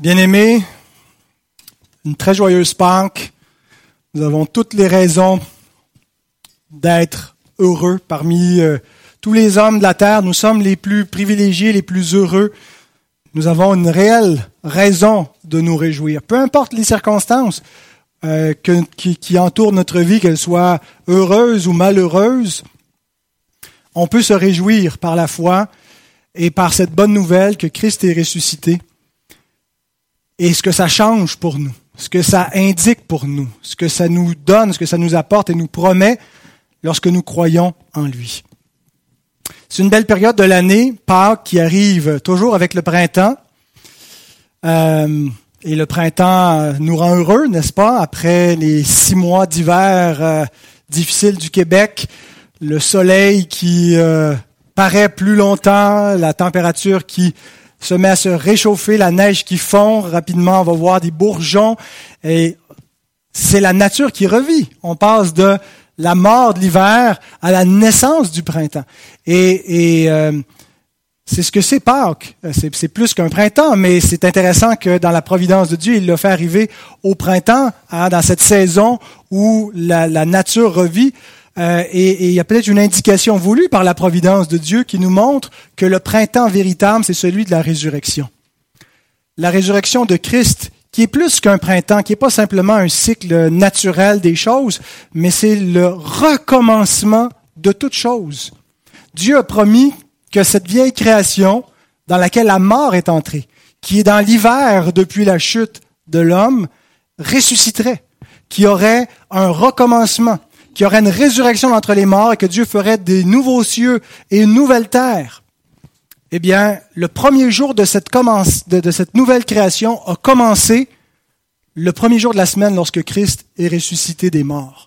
Bien-aimés, une très joyeuse Pâques. Nous avons toutes les raisons d'être heureux. Parmi tous les hommes de la terre, nous sommes les plus privilégiés, les plus heureux. Nous avons une réelle raison de nous réjouir. Peu importe les circonstances qui entourent notre vie, qu'elles soient heureuses ou malheureuses, on peut se réjouir par la foi et par cette bonne nouvelle que Christ est ressuscité. Et ce que ça change pour nous, ce que ça indique pour nous, ce que ça nous donne, ce que ça nous apporte et nous promet lorsque nous croyons en lui. C'est une belle période de l'année, Pâques, qui arrive toujours avec le printemps. Et le printemps nous rend heureux, n'est-ce pas? Après les 6 mois d'hiver difficiles du Québec, le soleil qui paraît plus longtemps, la température qui se met à se réchauffer, la neige qui fond rapidement, on va voir des bourgeons, et c'est la nature qui revit. On passe de la mort de l'hiver à la naissance du printemps. Et c'est ce que c'est Pâques. C'est plus qu'un printemps, mais c'est intéressant que dans la providence de Dieu, il l'a fait arriver au printemps, dans cette saison où la nature revit. Et il y a peut-être une indication voulue par la providence de Dieu qui nous montre que le printemps véritable, c'est celui de la résurrection. La résurrection de Christ, qui est plus qu'un printemps, qui n'est pas simplement un cycle naturel des choses, mais c'est le recommencement de toutes choses. Dieu a promis que cette vieille création, dans laquelle la mort est entrée, qui est dans l'hiver depuis la chute de l'homme, ressusciterait, qui aurait un recommencement, qu'il y aurait une résurrection d'entre les morts et que Dieu ferait des nouveaux cieux et une nouvelle terre. Eh bien, le premier jour de cette nouvelle création a commencé le premier jour de la semaine lorsque Christ est ressuscité des morts.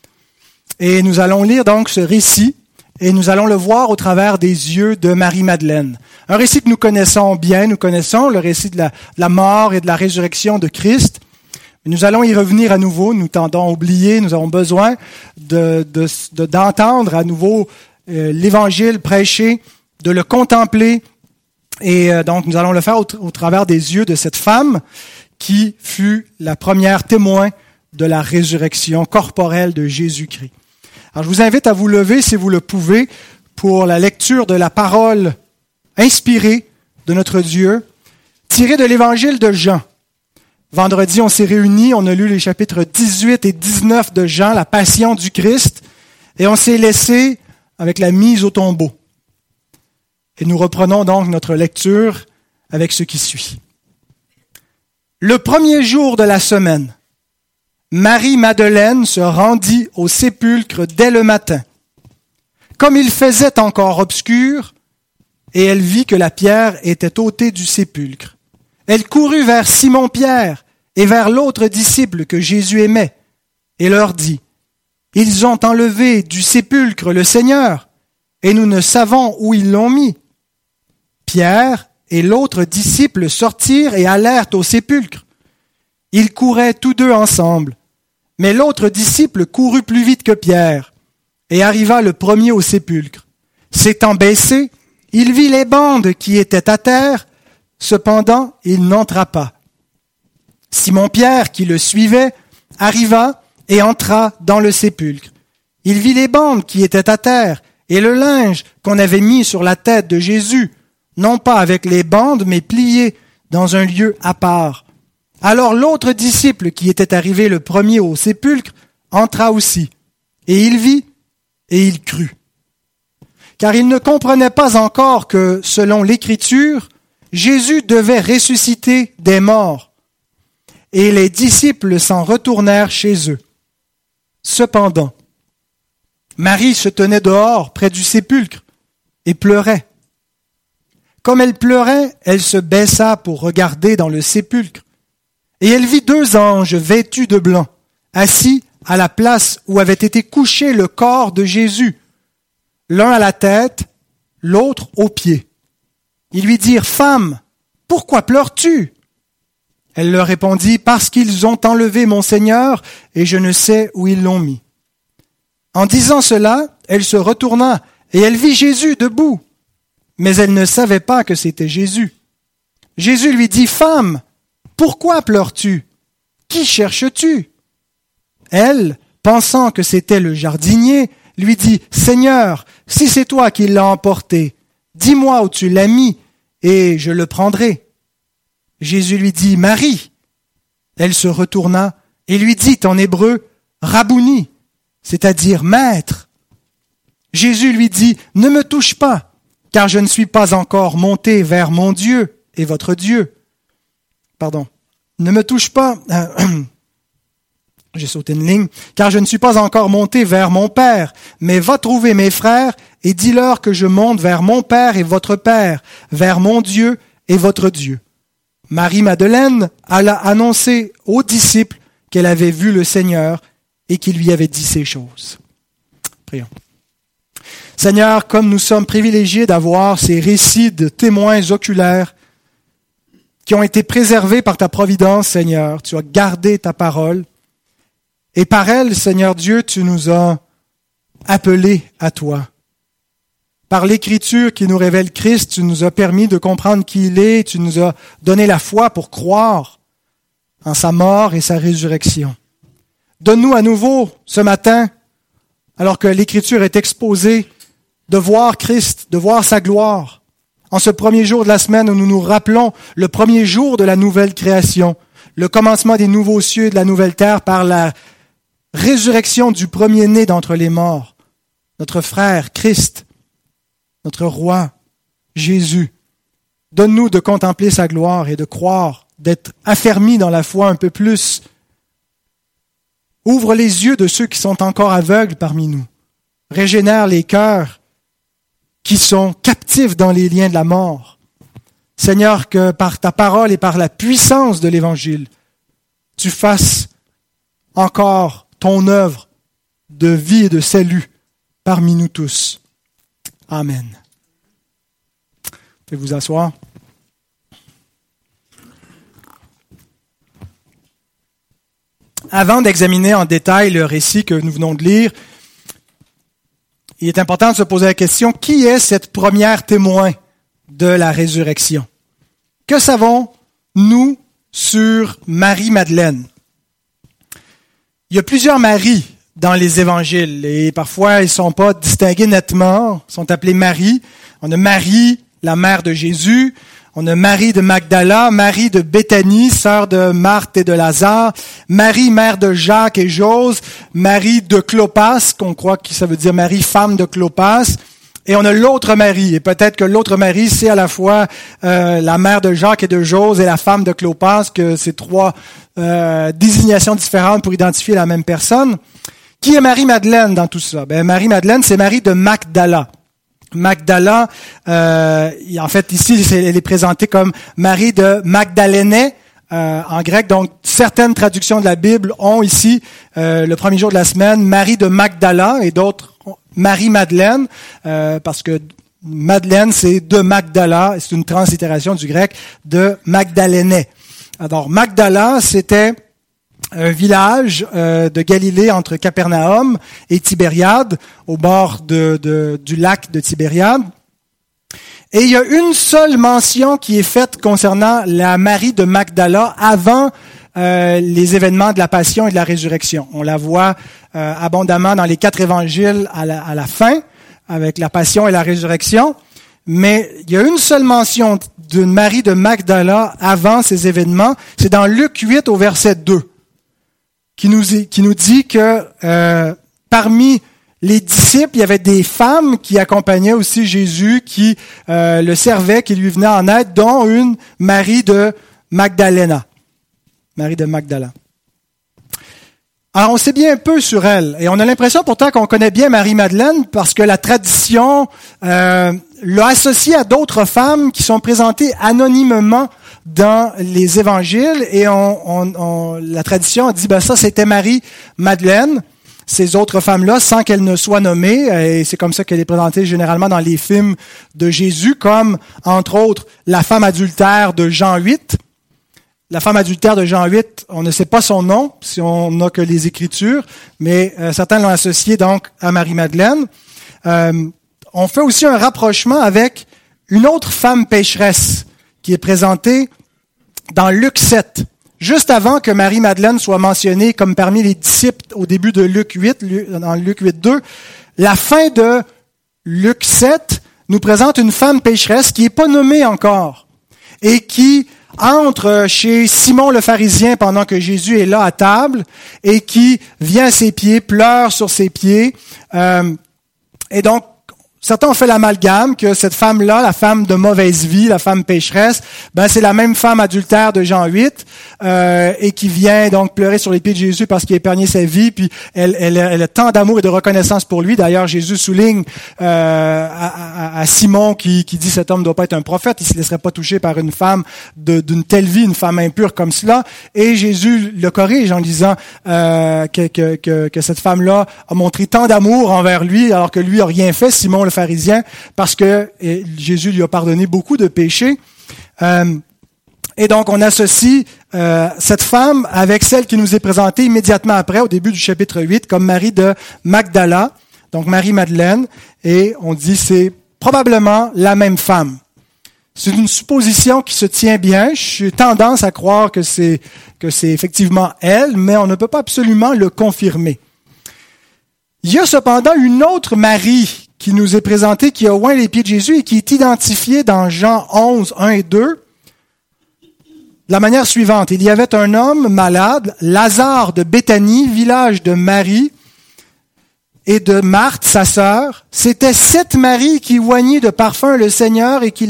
Et nous allons lire donc ce récit et nous allons le voir au travers des yeux de Marie-Madeleine. Un récit que nous connaissons bien, nous connaissons le récit de la mort et de la résurrection de Christ. Nous allons y revenir à nouveau, nous tendons à oublier, nous avons besoin d'entendre à nouveau l'Évangile prêché, de le contempler. Et donc nous allons le faire au travers des yeux de cette femme qui fut la première témoin de la résurrection corporelle de Jésus-Christ. Alors je vous invite à vous lever, si vous le pouvez, pour la lecture de la parole inspirée de notre Dieu, tirée de l'Évangile de Jean. Vendredi, on s'est réunis, on a lu les chapitres 18 et 19 de Jean, la passion du Christ, et on s'est laissé avec la mise au tombeau. Et nous reprenons donc notre lecture avec ce qui suit. Le premier jour de la semaine, Marie-Madeleine se rendit au sépulcre dès le matin. Comme il faisait encore obscur, et elle vit que la pierre était ôtée du sépulcre. Elle courut vers Simon-Pierre et vers l'autre disciple que Jésus aimait, et leur dit, « Ils ont enlevé du sépulcre le Seigneur, et nous ne savons où ils l'ont mis. » Pierre et l'autre disciple sortirent et allèrent au sépulcre. Ils couraient tous deux ensemble, mais l'autre disciple courut plus vite que Pierre, et arriva le premier au sépulcre. S'étant baissé, il vit les bandes qui étaient à terre. Cependant, il n'entra pas. Simon-Pierre, qui le suivait, arriva et entra dans le sépulcre. Il vit les bandes qui étaient à terre et le linge qu'on avait mis sur la tête de Jésus, non pas avec les bandes, mais plié dans un lieu à part. Alors l'autre disciple qui était arrivé le premier au sépulcre entra aussi, et il vit et il crut. Car il ne comprenait pas encore que, selon l'Écriture, Jésus devait ressusciter des morts, et les disciples s'en retournèrent chez eux. Cependant, Marie se tenait dehors, près du sépulcre, et pleurait. Comme elle pleurait, elle se baissa pour regarder dans le sépulcre, et elle vit 2 anges vêtus de blanc, assis à la place où avait été couché le corps de Jésus, l'un à la tête, l'autre aux pieds. Ils lui dirent, « Femme, pourquoi pleures-tu » Elle leur répondit, « Parce qu'ils ont enlevé mon Seigneur, et je ne sais où ils l'ont mis. » En disant cela, elle se retourna, et elle vit Jésus debout, mais elle ne savait pas que c'était Jésus. Jésus lui dit, « Femme, pourquoi pleures-tu? Qui cherches-tu? Elle, pensant que c'était le jardinier, lui dit, Seigneur, si c'est toi qui l'as emporté, dis-moi où tu l'as mis, et je le prendrai. Jésus lui dit, Marie. Elle se retourna et lui dit en hébreu, Rabouni, c'est-à-dire maître. Jésus lui dit, ne me touche pas, car je ne suis pas encore monté vers mon Dieu et votre Dieu. Pardon, ne me touche pas, j'ai sauté une ligne, car je ne suis pas encore monté vers mon Père, mais va trouver mes frères et dis-leur que je monte vers mon Père et votre Père, vers mon Dieu et votre Dieu. Marie-Madeleine alla annoncer aux disciples qu'elle avait vu le Seigneur et qu'il lui avait dit ces choses. Prions. Seigneur, comme nous sommes privilégiés d'avoir ces récits de témoins oculaires qui ont été préservés par ta providence, Seigneur, tu as gardé ta parole et par elle, Seigneur Dieu, tu nous as appelés à toi. Par l'Écriture qui nous révèle Christ, tu nous as permis de comprendre qui il est, tu nous as donné la foi pour croire en sa mort et sa résurrection. Donne-nous à nouveau ce matin, alors que l'Écriture est exposée, de voir Christ, de voir sa gloire. En ce premier jour de la semaine où nous nous rappelons le premier jour de la nouvelle création, le commencement des nouveaux cieux et de la nouvelle terre par la résurrection du premier-né d'entre les morts, notre frère Christ, notre roi, Jésus. Donne-nous de contempler sa gloire et de croire, d'être affermis dans la foi un peu plus. Ouvre les yeux de ceux qui sont encore aveugles parmi nous. Régénère les cœurs qui sont captifs dans les liens de la mort. Seigneur, que par ta parole et par la puissance de l'Évangile, tu fasses encore ton œuvre de vie et de salut parmi nous tous. Amen. Vous pouvez vous asseoir. Avant d'examiner en détail le récit que nous venons de lire, il est important de se poser la question, qui est cette première témoin de la résurrection? Que savons-nous sur Marie-Madeleine? Il y a plusieurs Maries dans les évangiles et parfois ils ne sont pas distingués nettement, ils sont appelés Marie. On a Marie, la mère de Jésus, on a Marie de Magdala, Marie de Béthanie, sœur de Marthe et de Lazare, Marie, mère de Jacques et Jose, Marie de Clopas, qu'on croit que ça veut dire Marie, femme de Clopas, et on a l'autre Marie, et peut-être que l'autre Marie, c'est à la fois la mère de Jacques et de Jose et la femme de Clopas, que c'est trois désignations différentes pour identifier la même personne. Qui est Marie-Madeleine dans tout ça? Marie-Madeleine, c'est Marie de Magdala. Magdala, en fait, ici, elle est présentée comme Marie de Magdalénè, en grec. Donc, certaines traductions de la Bible ont ici, le premier jour de la semaine, Marie de Magdala et d'autres Marie-Madeleine, parce que Madeleine, c'est de Magdala, c'est une translittération du grec de Magdalénè. Alors, Magdala, c'était un village de Galilée entre Capernaum et Tibériade, au bord du lac de Tibériade. Et il y a une seule mention qui est faite concernant la Marie de Magdala avant les événements de la Passion et de la Résurrection. On la voit abondamment dans les 4 évangiles à la fin, avec la Passion et la Résurrection. Mais il y a une seule mention d'une Marie de Magdala avant ces événements. C'est dans Luc 8 au verset 2. Qui nous dit que parmi les disciples, il y avait des femmes qui accompagnaient aussi Jésus, qui le servaient, qui lui venaient en aide, dont une Marie de Magdalena. Marie de Magdala. Alors, on sait bien un peu sur elle, et on a l'impression pourtant qu'on connaît bien Marie-Madeleine, parce que la tradition l'a associée à d'autres femmes qui sont présentées anonymement dans les évangiles, et la tradition a dit, ça c'était Marie-Madeleine, ces autres femmes-là, sans qu'elles ne soient nommées, et c'est comme ça qu'elle est présentée généralement dans les films de Jésus, comme, entre autres, la femme adultère de Jean 8. La femme adultère de Jean 8, on ne sait pas son nom, si on n'a que les Écritures, mais certains l'ont associé donc à Marie-Madeleine. On fait aussi un rapprochement avec une autre femme pécheresse, qui est présentée dans Luc 7. juste avant que Marie-Madeleine soit mentionnée comme parmi les disciples au début de Luc 8, dans Luc 8.2, la fin de Luc 7 nous présente une femme pécheresse qui n'est pas nommée encore et qui entre chez Simon le pharisien pendant que Jésus est là à table et qui vient à ses pieds, pleure sur ses pieds. Et donc, certains ont fait l'amalgame que cette femme-là, la femme de mauvaise vie, la femme pécheresse, c'est la même femme adultère de Jean 8 et qui vient donc pleurer sur les pieds de Jésus parce qu'il a épargné sa vie, puis elle a tant d'amour et de reconnaissance pour lui. D'ailleurs, Jésus souligne à Simon qui dit cet homme ne doit pas être un prophète, il ne se laisserait pas toucher par une femme d'une telle vie, une femme impure comme cela. Et Jésus le corrige en disant que cette femme-là a montré tant d'amour envers lui alors que lui n'a rien fait, Simon le pharisien, parce que Jésus lui a pardonné beaucoup de péchés. Et donc, on associe cette femme avec celle qui nous est présentée immédiatement après, au début du chapitre 8, comme Marie de Magdala, donc Marie-Madeleine, et on dit c'est probablement la même femme. C'est une supposition qui se tient bien. J'ai tendance à croire que c'est effectivement elle, mais on ne peut pas absolument le confirmer. Il y a cependant une autre Marie qui nous est présentée, qui a oint les pieds de Jésus et qui est identifiée dans Jean 11, 1 et 2, de la manière suivante. Il y avait un homme malade, Lazare de Béthanie, village de Marie et de Marthe, sa sœur. C'était cette Marie qui oignit de parfum le Seigneur et qui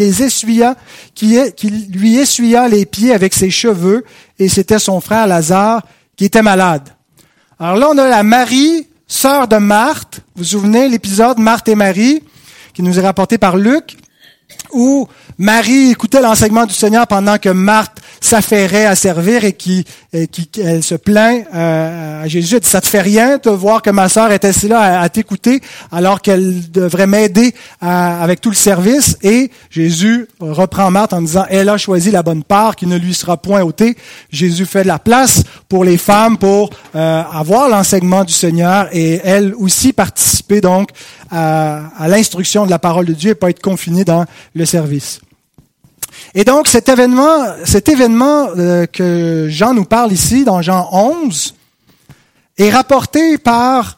lui essuya les pieds avec ses cheveux, et c'était son frère Lazare qui était malade. Alors là, on a la Marie, sœur de Marthe. Vous vous souvenez l'épisode Marthe et Marie, qui nous est rapporté par Luc, où Marie écoutait l'enseignement du Seigneur pendant que Marthe s'affairait à servir et elle se plaint à Jésus. Elle dit, ça te fait rien de voir que ma sœur est assise là à t'écouter alors qu'elle devrait m'aider avec tout le service. Et Jésus reprend Marthe en disant, elle a choisi la bonne part qui ne lui sera point ôtée. Jésus fait de la place pour les femmes pour avoir l'enseignement du Seigneur et elle aussi participer donc à l'instruction de la parole de Dieu et pas être confinée dans le service. Et donc, cet événement que Jean nous parle ici, dans Jean 11, est rapporté par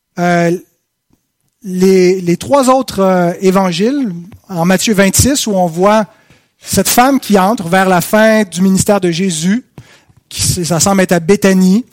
les trois autres évangiles, en Matthieu 26, où on voit cette femme qui entre vers la fin du ministère de Jésus, ça semble être à Béthanie,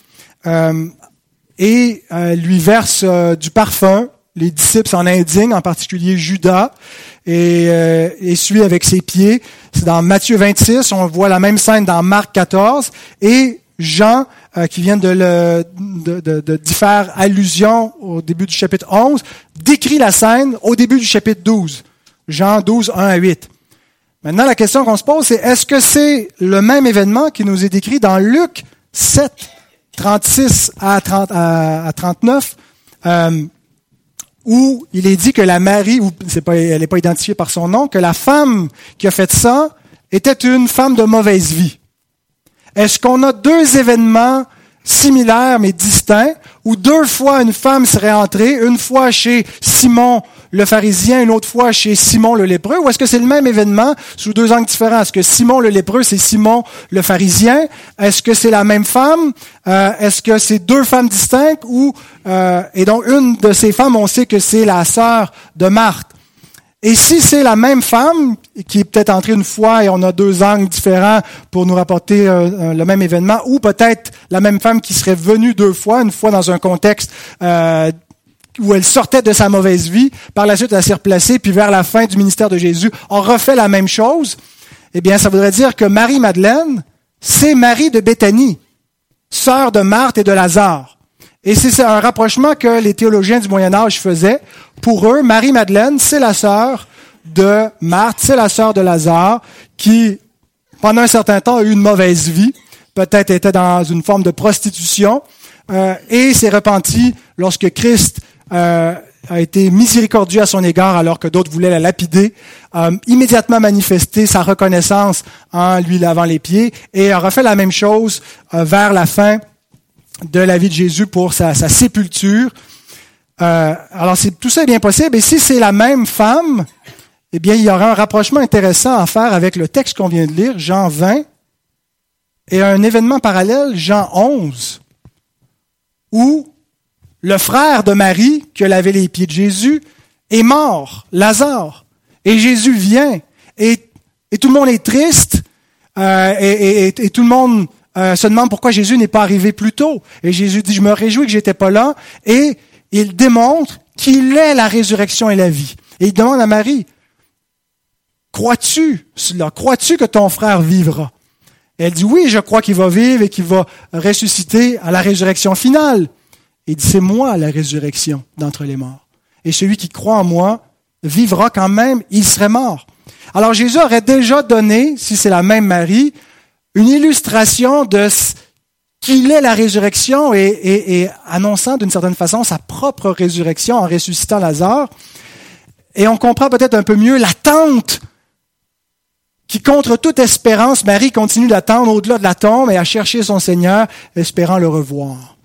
et lui verse du parfum. Les disciples s'en indignent, en particulier Judas, et essuie avec ses pieds. C'est dans Matthieu 26, on voit la même scène dans Marc 14, et Jean, qui vient d'y faire allusion au début du chapitre 11, décrit la scène au début du chapitre 12. Jean 12, 1 à 8. Maintenant, la question qu'on se pose, c'est est-ce que c'est le même événement qui nous est décrit dans Luc 7, 36 à 39, où il est dit que la Marie, elle n'est pas identifiée par son nom, que la femme qui a fait ça était une femme de mauvaise vie. Est-ce qu'on a deux événements similaires mais distincts, où deux fois une femme serait entrée, une fois chez Simon le pharisien, une autre fois chez Simon le lépreux, ou est-ce que c'est le même événement sous deux angles différents? Est-ce que Simon le lépreux, c'est Simon le pharisien? Est-ce que c'est la même femme? Est-ce que c'est deux femmes distinctes? Et donc, une de ces femmes, on sait que c'est la sœur de Marthe. Et si c'est la même femme, qui est peut-être entrée une fois et on a deux angles différents pour nous rapporter le même événement, ou peut-être la même femme qui serait venue deux fois, une fois dans un contexte où elle sortait de sa mauvaise vie, par la suite elle s'est replacée, puis vers la fin du ministère de Jésus, on refait la même chose, eh bien ça voudrait dire que Marie-Madeleine, c'est Marie de Béthanie, sœur de Marthe et de Lazare. Et c'est un rapprochement que les théologiens du Moyen-Âge faisaient. Pour eux, Marie-Madeleine, c'est la sœur de Marthe, c'est la sœur de Lazare, qui, pendant un certain temps, a eu une mauvaise vie, peut-être était dans une forme de prostitution, et s'est repenti lorsque Christ a été miséricordieux à son égard alors que d'autres voulaient la lapider, immédiatement manifesté sa reconnaissance en lui lavant les pieds, et a refait la même chose vers la fin de la vie de Jésus pour sa sépulture. Alors tout ça est bien possible, et si c'est la même femme, eh bien il y aura un rapprochement intéressant à faire avec le texte qu'on vient de lire, Jean 20, et un événement parallèle, Jean 11, où le frère de Marie, qui a lavé les pieds de Jésus, est mort, Lazare. Et Jésus vient, et tout le monde est triste, et tout le monde se demande pourquoi Jésus n'est pas arrivé plus tôt. Et Jésus dit, je me réjouis que j'étais pas là, et il démontre qu'il est la résurrection et la vie. Et il demande à Marie, crois-tu cela? Crois-tu que ton frère vivra? Et elle dit, oui, je crois qu'il va vivre et qu'il va ressusciter à la résurrection finale. Et il dit, c'est moi la résurrection d'entre les morts. Et celui qui croit en moi vivra quand même, il serait mort. Alors Jésus aurait déjà donné, si c'est la même Marie, une illustration de qu'il est la résurrection et annonçant d'une certaine façon sa propre résurrection en ressuscitant Lazare. Et on comprend peut-être un peu mieux l'attente qui, contre toute espérance, Marie continue d'attendre au-delà de la tombe et à chercher son Seigneur, espérant le revoir.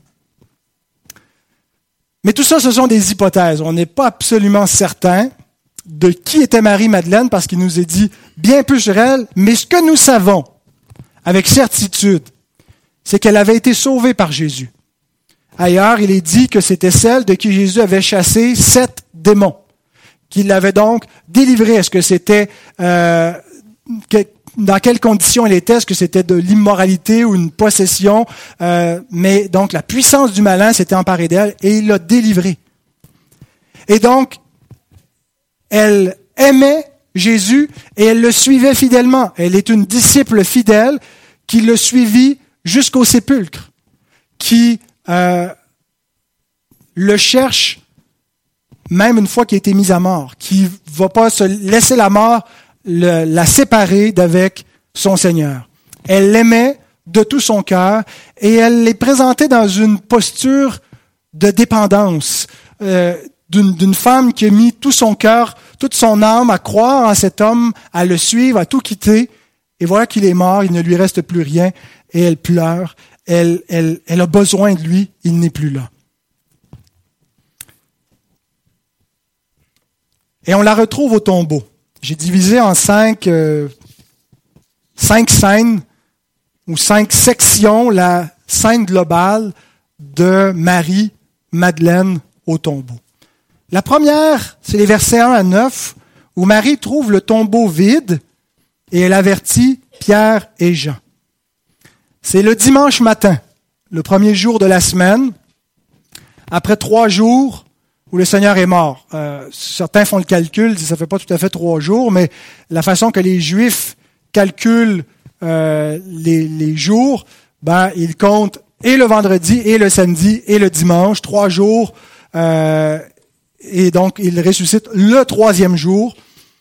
Mais tout ça, ce sont des hypothèses. On n'est pas absolument certain de qui était Marie-Madeleine parce qu'il nous est dit bien peu sur elle, mais ce que nous savons avec certitude, c'est qu'elle avait été sauvée par Jésus. Ailleurs, il est dit que c'était celle de qui Jésus avait chassé 7 démons, qu'il l'avait donc délivrée. Est-ce que c'était dans quelles conditions elle était? Est-ce que c'était de l'immoralité ou une possession? Mais donc la puissance du malin s'était emparée d'elle et il l'a délivrée. Et donc, elle aimait Jésus et elle le suivait fidèlement. Elle est une disciple fidèle qui le suivit jusqu'au sépulcre, qui le cherche même une fois qu'il a été mis à mort, qui ne va pas se laisser la mort la séparer d'avec son Seigneur. Elle l'aimait de tout son cœur et elle l'est présentée dans une posture de dépendance, d'une femme qui a mis tout son cœur, toute son âme à croire en cet homme, à le suivre, à tout quitter. Et voilà qu'il est mort, il ne lui reste plus rien et elle pleure. Elle a besoin de lui, il n'est plus là. Et on la retrouve au tombeau. J'ai divisé en 5 scènes ou 5 sections la scène globale de Marie-Madeleine au tombeau. La première, c'est les versets 1 à 9, où Marie trouve le tombeau vide et elle avertit Pierre et Jean. C'est le dimanche matin, le premier jour de la semaine, après 3 jours où le Seigneur est mort. Certains font le calcul, ça fait pas tout à fait 3 jours, mais la façon que les Juifs calculent les jours, ils comptent et le vendredi, et le samedi, et le dimanche, 3 jours, et donc il ressuscite le 3e jour.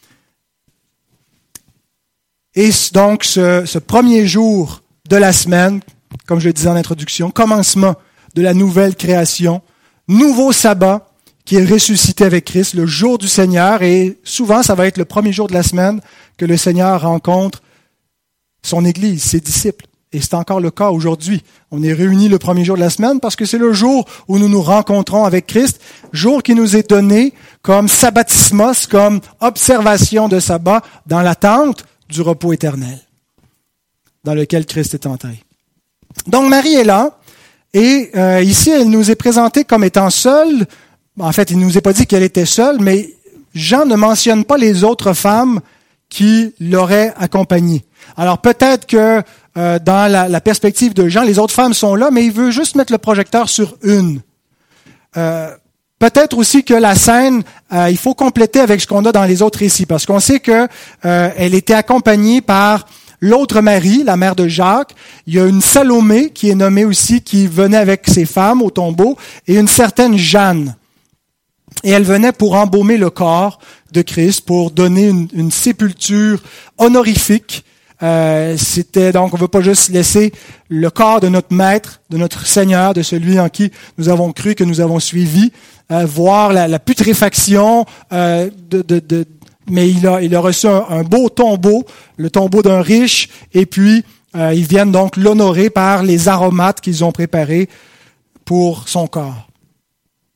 Et donc ce premier jour de la semaine, comme je le disais en introduction, commencement de la nouvelle création, nouveau sabbat, qui est ressuscité avec Christ, le jour du Seigneur, et souvent, ça va être le premier jour de la semaine que le Seigneur rencontre son Église, ses disciples. Et c'est encore le cas aujourd'hui. On est réunis le premier jour de la semaine parce que c'est le jour où nous nous rencontrons avec Christ, jour qui nous est donné comme sabbatismos, comme observation de sabbat dans l'attente du repos éternel, dans lequel Christ est entré. Donc Marie est là, et ici, elle nous est présentée comme étant seule. En fait, il ne nous est pas dit qu'elle était seule, mais Jean ne mentionne pas les autres femmes qui l'auraient accompagnée. Alors peut-être que dans la perspective de Jean, les autres femmes sont là, mais il veut juste mettre le projecteur sur une. Peut-être aussi que la scène, il faut compléter avec ce qu'on a dans les autres récits, parce qu'on sait que elle était accompagnée par l'autre Marie, la mère de Jacques. Il y a une Salomé qui est nommée aussi, qui venait avec ses femmes au tombeau, et une certaine Jeanne. Et elle venait pour embaumer le corps de Christ, pour donner une sépulture honorifique. C'était donc, on ne veut pas juste laisser le corps de notre Maître, de notre Seigneur, de celui en qui nous avons cru, que nous avons suivi, voir la putréfaction, mais il a reçu un beau tombeau, le tombeau d'un riche, et puis ils viennent donc l'honorer par les aromates qu'ils ont préparés pour son corps.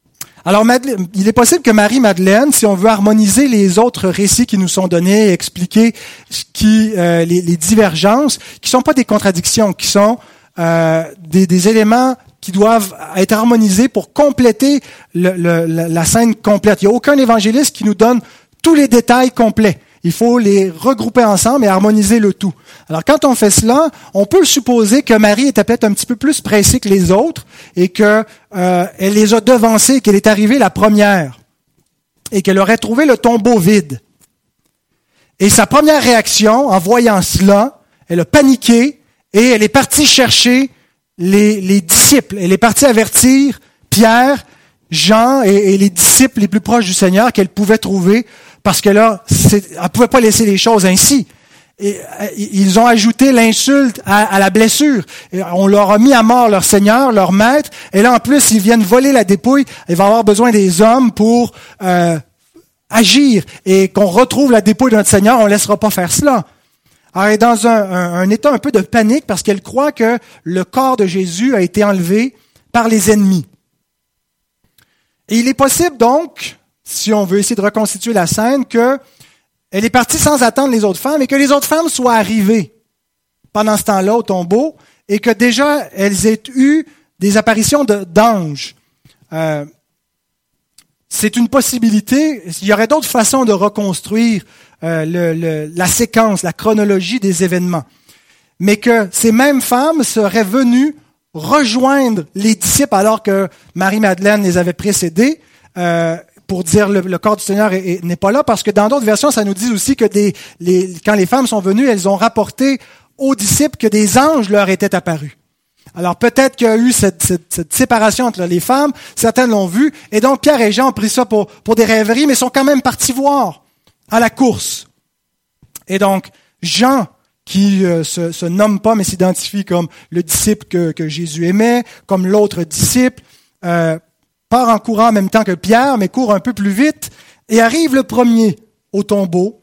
Alors, il est possible que Marie-Madeleine, si on veut harmoniser les autres récits qui nous sont donnés, expliquer les divergences, qui sont pas des contradictions, qui sont des éléments qui doivent être harmonisés pour compléter la scène complète. Il n'y a aucun évangéliste qui nous donne tous les détails complets. Il faut les regrouper ensemble et harmoniser le tout. Alors, quand on fait cela, on peut supposer que Marie était peut-être un petit peu plus pressée que les autres et que elle les a devancés, qu'elle est arrivée la première et qu'elle aurait trouvé le tombeau vide. Et sa première réaction, en voyant cela, elle a paniqué et elle est partie chercher les disciples. Elle est partie avertir Pierre, Jean et les disciples les plus proches du Seigneur qu'elle pouvait trouver. Parce que là, elle ne pouvait pas laisser les choses ainsi. Et, ils ont ajouté l'insulte à la blessure. Et on leur a mis à mort leur Seigneur, leur Maître. Et là, en plus, ils viennent voler la dépouille. Il va avoir besoin des hommes pour agir. Et qu'on retrouve la dépouille de notre Seigneur, on ne laissera pas faire cela. Alors, elle est dans un état un peu de panique parce qu'elle croit que le corps de Jésus a été enlevé par les ennemis. Et il est possible donc, si on veut essayer de reconstituer la scène, qu'elle est partie sans attendre les autres femmes et que les autres femmes soient arrivées pendant ce temps-là au tombeau et que déjà elles aient eu des apparitions d'anges. C'est une possibilité. Il y aurait d'autres façons de reconstruire la séquence, la chronologie des événements. Mais que ces mêmes femmes seraient venues rejoindre les disciples alors que Marie-Madeleine les avait précédés, pour dire le corps du Seigneur n'est pas là, parce que dans d'autres versions, ça nous dit aussi que quand les femmes sont venues, elles ont rapporté aux disciples que des anges leur étaient apparus. Alors peut-être qu'il y a eu cette séparation entre les femmes, certaines l'ont vu, et donc Pierre et Jean ont pris ça pour des rêveries, mais sont quand même partis voir à la course. Et donc Jean, qui se nomme pas, mais s'identifie comme le disciple que Jésus aimait, comme l'autre disciple, part en courant en même temps que Pierre, mais court un peu plus vite, et arrive le premier au tombeau,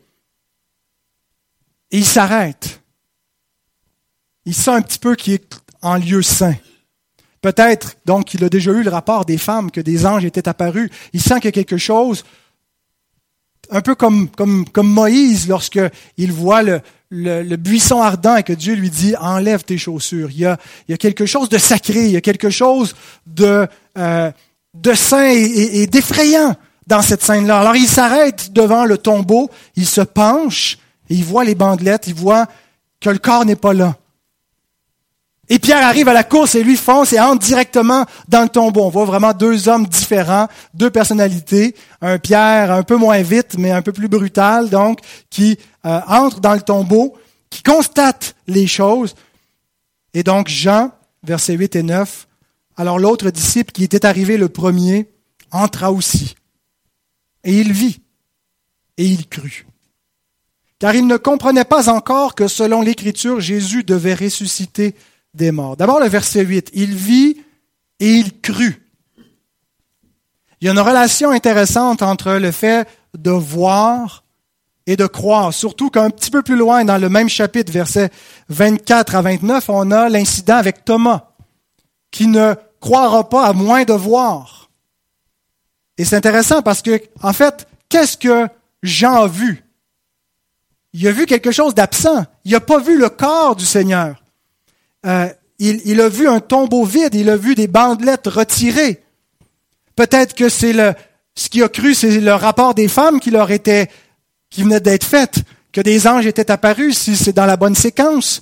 et il s'arrête. Il sent un petit peu qu'il est en lieu saint. Peut-être, donc, qu'il a déjà eu le rapport des femmes, que des anges étaient apparus. Il sent qu'il y a quelque chose, un peu comme Moïse, lorsqu'il voit le buisson ardent et que Dieu lui dit « Enlève tes chaussures ». Il y a quelque chose de sacré, il y a quelque chose de saint et d'effrayant dans cette scène-là. Alors il s'arrête devant le tombeau, il se penche, et il voit les bandelettes, il voit que le corps n'est pas là. Et Pierre arrive à la course et lui fonce et entre directement dans le tombeau. On voit vraiment deux hommes différents, deux personnalités. Un Pierre un peu moins vite, mais un peu plus brutal, donc, qui entre dans le tombeau, qui constate les choses. Et donc Jean, versets 8 et 9, alors l'autre disciple qui était arrivé le premier entra aussi. Et il vit, et il crut. Car il ne comprenait pas encore que selon l'Écriture, Jésus devait ressusciter des morts. D'abord le verset 8, il vit et il crut. Il y a une relation intéressante entre le fait de voir et de croire, surtout qu'un petit peu plus loin dans le même chapitre, versets 24 à 29, on a l'incident avec Thomas, qui ne croira pas à moins de voir. Et c'est intéressant parce que, en fait, qu'est-ce que Jean a vu? Il a vu quelque chose d'absent. Il n'a pas vu le corps du Seigneur. Il a vu un tombeau vide, il a vu des bandelettes retirées. Peut-être que ce qu'il a cru, c'est le rapport des femmes qui venait d'être fait, que des anges étaient apparus, si c'est dans la bonne séquence.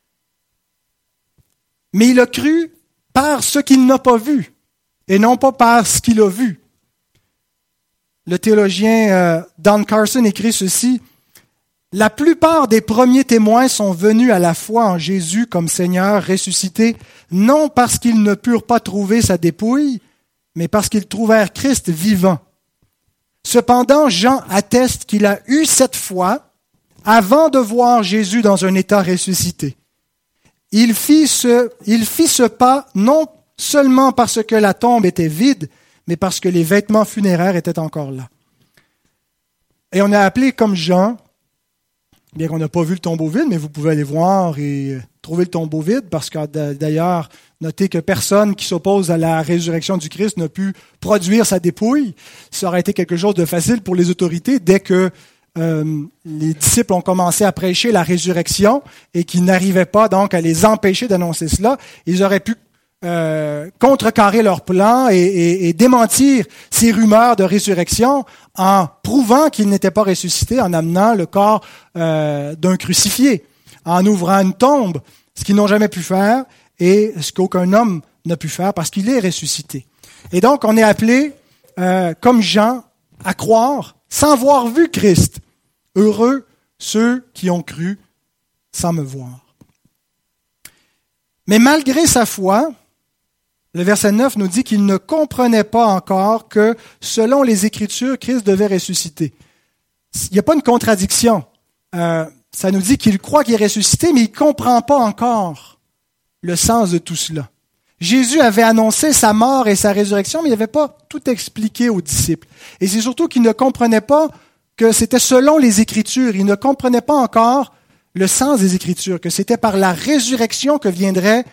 Mais il a cru par ce qu'il n'a pas vu, et non pas par ce qu'il a vu. Le théologien Don Carson écrit ceci: la plupart des premiers témoins sont venus à la foi en Jésus comme Seigneur ressuscité, non parce qu'ils ne purent pas trouver sa dépouille, mais parce qu'ils trouvèrent Christ vivant. Cependant, Jean atteste qu'il a eu cette foi avant de voir Jésus dans un état ressuscité. Il fit ce pas non seulement parce que la tombe était vide, mais parce que les vêtements funéraires étaient encore là. Et on a appelé comme Jean, bien qu'on n'a pas vu le tombeau vide, mais vous pouvez aller voir et trouvé le tombeau vide, parce que d'ailleurs, notez que personne qui s'oppose à la résurrection du Christ n'a pu produire sa dépouille. Ça aurait été quelque chose de facile pour les autorités dès que les disciples ont commencé à prêcher la résurrection et qu'ils n'arrivaient pas donc à les empêcher d'annoncer cela. Ils auraient pu contrecarrer leur plan et démentir ces rumeurs de résurrection en prouvant qu'il n'était pas ressuscité, en amenant le corps d'un crucifié, en ouvrant une tombe, ce qu'ils n'ont jamais pu faire et ce qu'aucun homme n'a pu faire parce qu'il est ressuscité. Et donc, on est appelé, comme Jean, à croire sans avoir vu Christ. Heureux ceux qui ont cru sans me voir. Mais malgré sa foi, le verset 9 nous dit qu'il ne comprenait pas encore que, selon les Écritures, Christ devait ressusciter. Il n'y a pas une contradiction. Ça nous dit qu'il croit qu'il est ressuscité, mais il ne comprend pas encore le sens de tout cela. Jésus avait annoncé sa mort et sa résurrection, mais il n'avait pas tout expliqué aux disciples. Et c'est surtout qu'il ne comprenait pas que c'était selon les Écritures. Il ne comprenait pas encore le sens des Écritures, que c'était par la résurrection que viendrait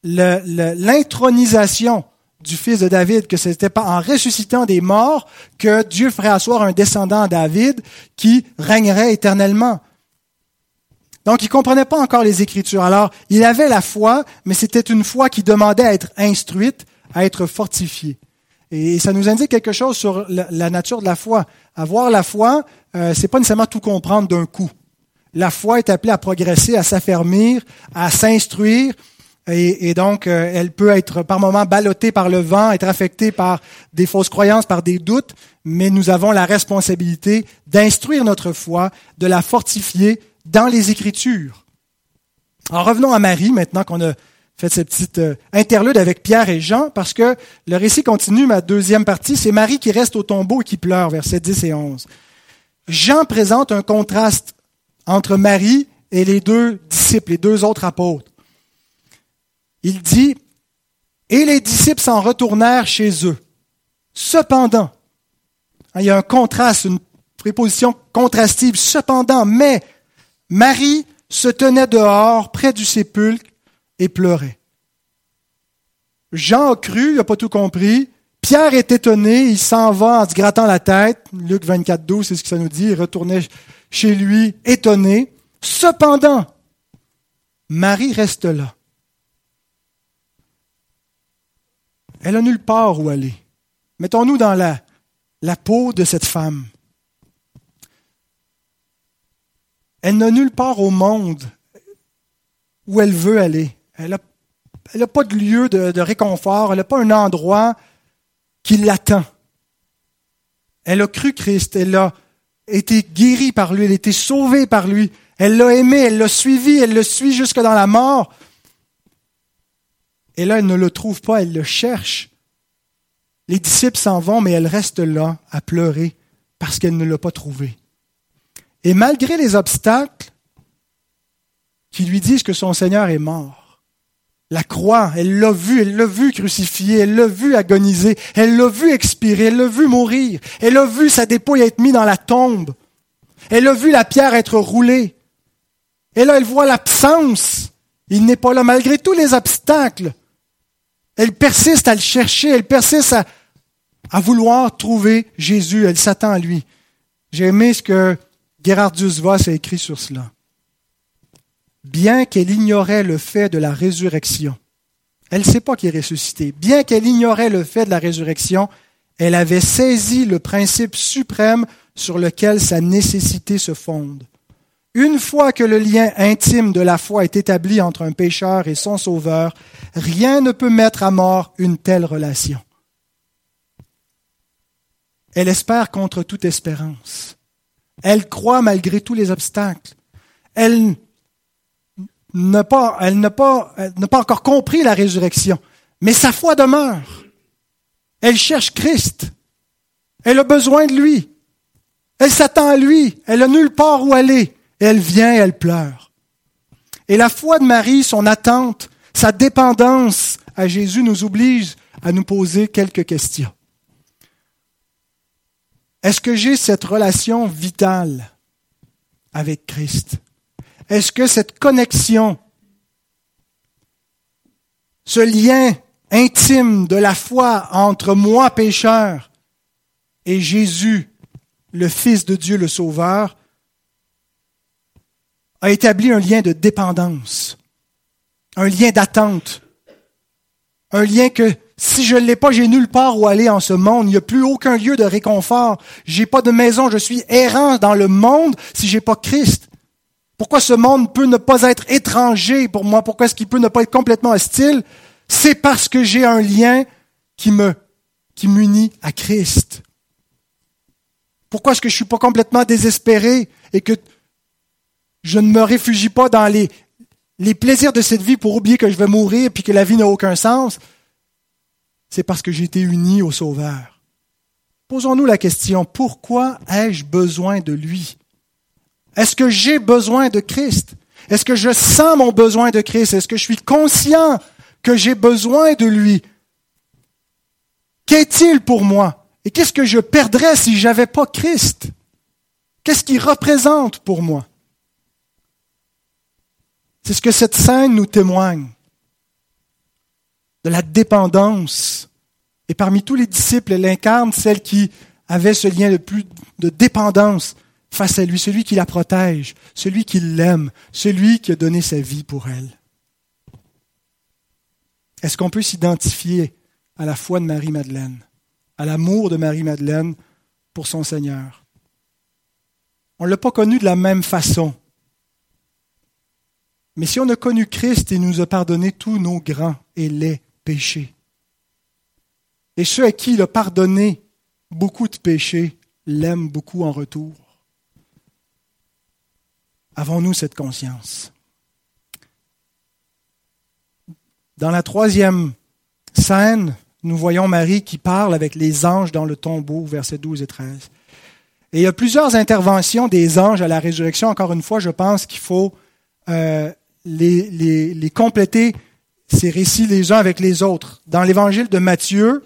l'intronisation du fils de David, que c'était pas en ressuscitant des morts que Dieu ferait asseoir un descendant à David qui régnerait éternellement. Donc, il ne comprenait pas encore les Écritures. Alors, il avait la foi, mais c'était une foi qui demandait à être instruite, à être fortifiée. Et ça nous indique quelque chose sur la nature de la foi. Avoir la foi, c'est pas nécessairement tout comprendre d'un coup. La foi est appelée à progresser, à s'affermir, à s'instruire. Et donc, elle peut être par moments ballottée par le vent, être affectée par des fausses croyances, par des doutes, mais nous avons la responsabilité d'instruire notre foi, de la fortifier dans les Écritures. Alors revenons à Marie, maintenant qu'on a fait cette petite interlude avec Pierre et Jean, parce que le récit continue, ma deuxième partie, c'est Marie qui reste au tombeau et qui pleure, versets 10 et 11. Jean présente un contraste entre Marie et les deux disciples, les deux autres apôtres. Il dit, « Et les disciples s'en retournèrent chez eux. Cependant, il y a un contraste, une préposition contrastive, cependant, mais Marie se tenait dehors, près du sépulcre, et pleurait. » Jean a cru, il n'a pas tout compris. Pierre est étonné, il s'en va en se grattant la tête. Luc 24, 12, c'est ce que ça nous dit. Il retournait chez lui, étonné. Cependant, Marie reste là. Elle a nulle part où aller. Mettons-nous dans la peau de cette femme. Elle n'a nulle part au monde où elle veut aller. Elle n'a pas de lieu de réconfort. Elle n'a pas un endroit qui l'attend. Elle a cru Christ. Elle a été guérie par lui. Elle a été sauvée par lui. Elle l'a aimé. Elle l'a suivi. Elle le suit jusque dans la mort. Et là, elle ne le trouve pas. Elle le cherche. Les disciples s'en vont, mais elle reste là à pleurer parce qu'elle ne l'a pas trouvé. Et malgré les obstacles qui lui disent que son Seigneur est mort, la croix, elle l'a vu crucifié, elle l'a vu agoniser, elle l'a vu expirer, elle l'a vu mourir, elle a vu sa dépouille être mise dans la tombe, elle a vu la pierre être roulée. Et là, elle voit l'absence. Il n'est pas là malgré tous les obstacles. Elle persiste à le chercher, elle persiste à vouloir trouver Jésus, elle s'attend à lui. J'ai aimé ce que Gerhardus Voss a écrit sur cela. Bien qu'elle ignorait le fait de la résurrection, elle ne sait pas qu'il est ressuscité. Bien qu'elle ignorait le fait de la résurrection, elle avait saisi le principe suprême sur lequel sa nécessité se fonde. Une fois que le lien intime de la foi est établi entre un pécheur et son sauveur, rien ne peut mettre à mort une telle relation. Elle espère contre toute espérance. Elle croit malgré tous les obstacles. Elle n'a pas encore compris la résurrection, mais sa foi demeure. Elle cherche Christ. Elle a besoin de lui. Elle s'attend à lui. Elle n'a nulle part où aller. Elle vient et elle pleure. Et la foi de Marie, son attente, sa dépendance à Jésus nous oblige à nous poser quelques questions. Est-ce que j'ai cette relation vitale avec Christ? Est-ce que cette connexion ce lien intime de la foi entre moi, pécheur, et Jésus, le Fils de Dieu, le Sauveur, a établi un lien de dépendance, un lien d'attente, un lien que si je ne l'ai pas, j'ai nulle part où aller en ce monde. Il n'y a plus aucun lieu de réconfort. J'ai pas de maison, je suis errant dans le monde si j'ai pas Christ. Pourquoi ce monde peut ne pas être étranger pour moi? Pourquoi est-ce qu'il peut ne pas être complètement hostile? C'est parce que j'ai un lien qui m'unit à Christ. Pourquoi est-ce que je suis pas complètement désespéré et que je ne me réfugie pas dans les plaisirs de cette vie pour oublier que je vais mourir et que la vie n'a aucun sens? C'est parce que j'ai été uni au Sauveur. Posons-nous la question, pourquoi ai-je besoin de lui? Est-ce que j'ai besoin de Christ? Est-ce que je sens mon besoin de Christ? Est-ce que je suis conscient que j'ai besoin de lui? Qu'est-il pour moi? Et qu'est-ce que je perdrais si je n'avais pas Christ? Qu'est-ce qu'il représente pour moi? C'est ce que cette scène nous témoigne. De la dépendance. Et parmi tous les disciples, elle incarne celle qui avait ce lien de dépendance face à lui, celui qui la protège, celui qui l'aime, celui qui a donné sa vie pour elle. Est-ce qu'on peut s'identifier à la foi de Marie-Madeleine, à l'amour de Marie-Madeleine pour son Seigneur? On ne l'a pas connu de la même façon. Mais si on a connu Christ, il nous a pardonné tous nos grands et laids péchés. Et ceux à qui il a pardonné beaucoup de péchés l'aiment beaucoup en retour. Avons-nous cette conscience? Dans la troisième scène, nous voyons Marie qui parle avec les anges dans le tombeau, versets 12 et 13. Et il y a plusieurs interventions des anges à la résurrection. Encore une fois, je pense qu'il faut les compléter, ces récits les uns avec les autres. Dans l'évangile de Matthieu,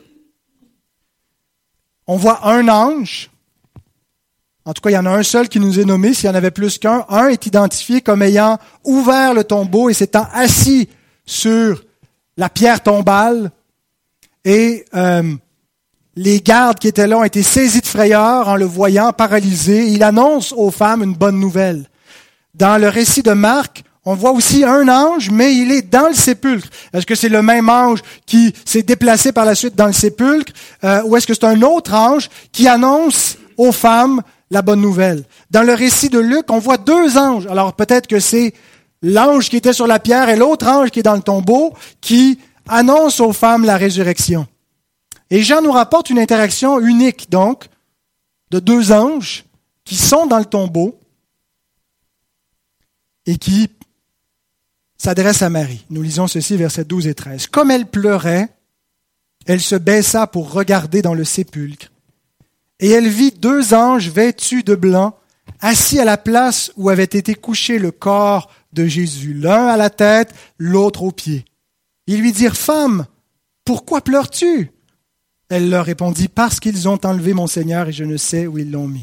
on voit un ange. En tout cas, il y en a un seul qui nous est nommé. S'il y en avait plus qu'un, un est identifié comme ayant ouvert le tombeau et s'étant assis sur la pierre tombale. Et les gardes qui étaient là ont été saisis de frayeur en le voyant paralysé. Il annonce aux femmes une bonne nouvelle. Dans le récit de Marc, on voit aussi un ange, mais il est dans le sépulcre. Est-ce que c'est le même ange qui s'est déplacé par la suite dans le sépulcre, ou est-ce que c'est un autre ange qui annonce aux femmes la bonne nouvelle? Dans le récit de Luc, on voit deux anges. Alors peut-être que c'est l'ange qui était sur la pierre et l'autre ange qui est dans le tombeau qui annonce aux femmes la résurrection. Et Jean nous rapporte une interaction unique, donc, de deux anges qui sont dans le tombeau et qui s'adresse à Marie. Nous lisons ceci, versets 12 et 13. Comme elle pleurait, elle se baissa pour regarder dans le sépulcre. Et elle vit deux anges vêtus de blanc, assis à la place où avait été couché le corps de Jésus, l'un à la tête, l'autre aux pieds. Ils lui dirent, « Femme, pourquoi pleures-tu » Elle leur répondit, « Parce qu'ils ont enlevé mon Seigneur et je ne sais où ils l'ont mis. »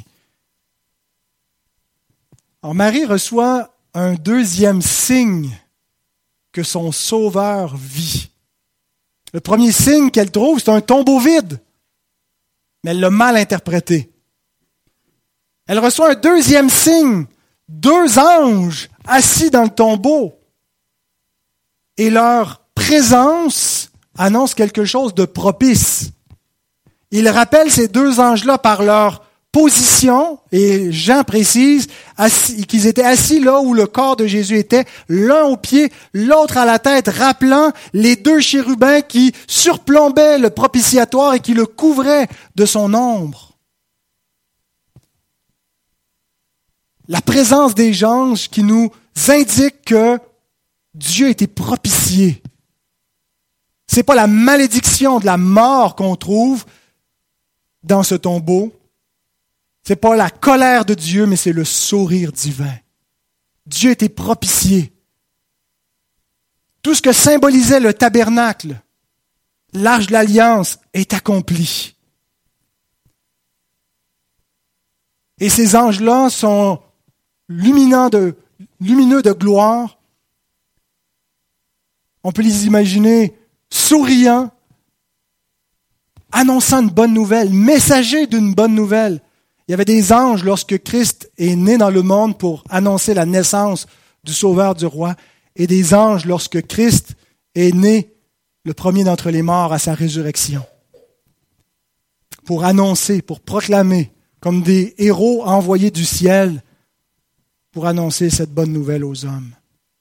Alors Marie reçoit un deuxième signe que son Sauveur vit. Le premier signe qu'elle trouve, c'est un tombeau vide. Mais elle l'a mal interprété. Elle reçoit un deuxième signe, deux anges assis dans le tombeau. Et leur présence annonce quelque chose de propice. Il rappelle ces deux anges-là par leur position, et Jean précise qu'ils étaient assis là où le corps de Jésus était, l'un au pied, l'autre à la tête, rappelant les deux chérubins qui surplombaient le propitiatoire et qui le couvraient de son ombre. La présence des anges qui nous indique que Dieu a été propitié. C'est pas la malédiction de la mort qu'on trouve dans ce tombeau. C'est pas la colère de Dieu, mais c'est le sourire divin. Dieu a été propitié. Tout ce que symbolisait le tabernacle, l'arche de l'alliance, est accompli. Et ces anges-là sont lumineux de gloire. On peut les imaginer souriant, annonçant une bonne nouvelle, messager d'une bonne nouvelle. Il y avait des anges lorsque Christ est né dans le monde pour annoncer la naissance du Sauveur du Roi, et des anges lorsque Christ est né, le premier d'entre les morts, à sa résurrection. Pour annoncer, pour proclamer, comme des héros envoyés du ciel, pour annoncer cette bonne nouvelle aux hommes.